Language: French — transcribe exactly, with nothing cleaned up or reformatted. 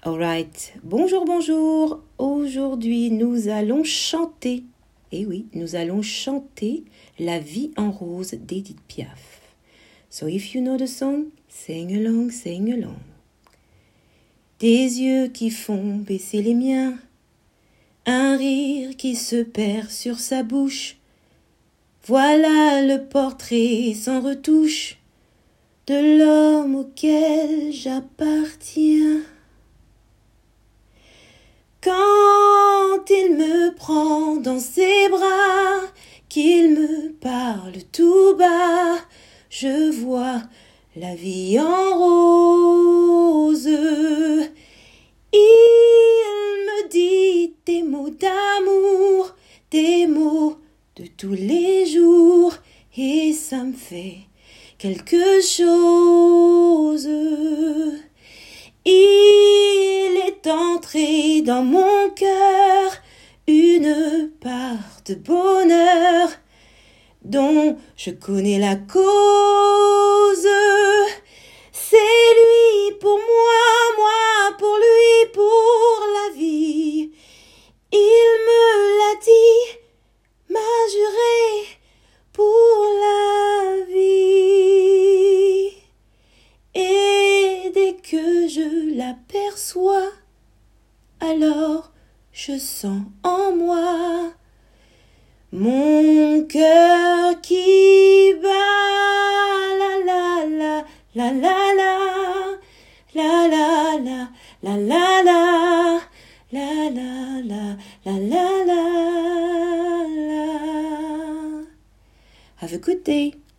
Alright, bonjour, bonjour. Aujourd'hui, nous allons chanter. Eh oui, nous allons chanter La vie en rose d'Edith Piaf. So if you know the song, sing along, sing along. Des yeux qui font baisser les miens, un rire qui se perd sur sa bouche. Voilà le portrait sans retouche de l'homme auquel j'appartiens. Quand il me prend dans ses bras, qu'il me parle tout bas, je vois la vie en rose. Il me dit des mots d'amour, des mots de tous les jours, et ça me fait quelque chose. Il est entré dans mon cœur une part de bonheur dont je connais la cause. C'est lui pour moi, moi pour lui, pour la vie. Il me l'a dit, m'a juré pour la vie. Et dès que je l'aperçois, alors je sens en moi mon cœur qui bat. La la la la la la la la la la la la la la la la la la. Have a good day.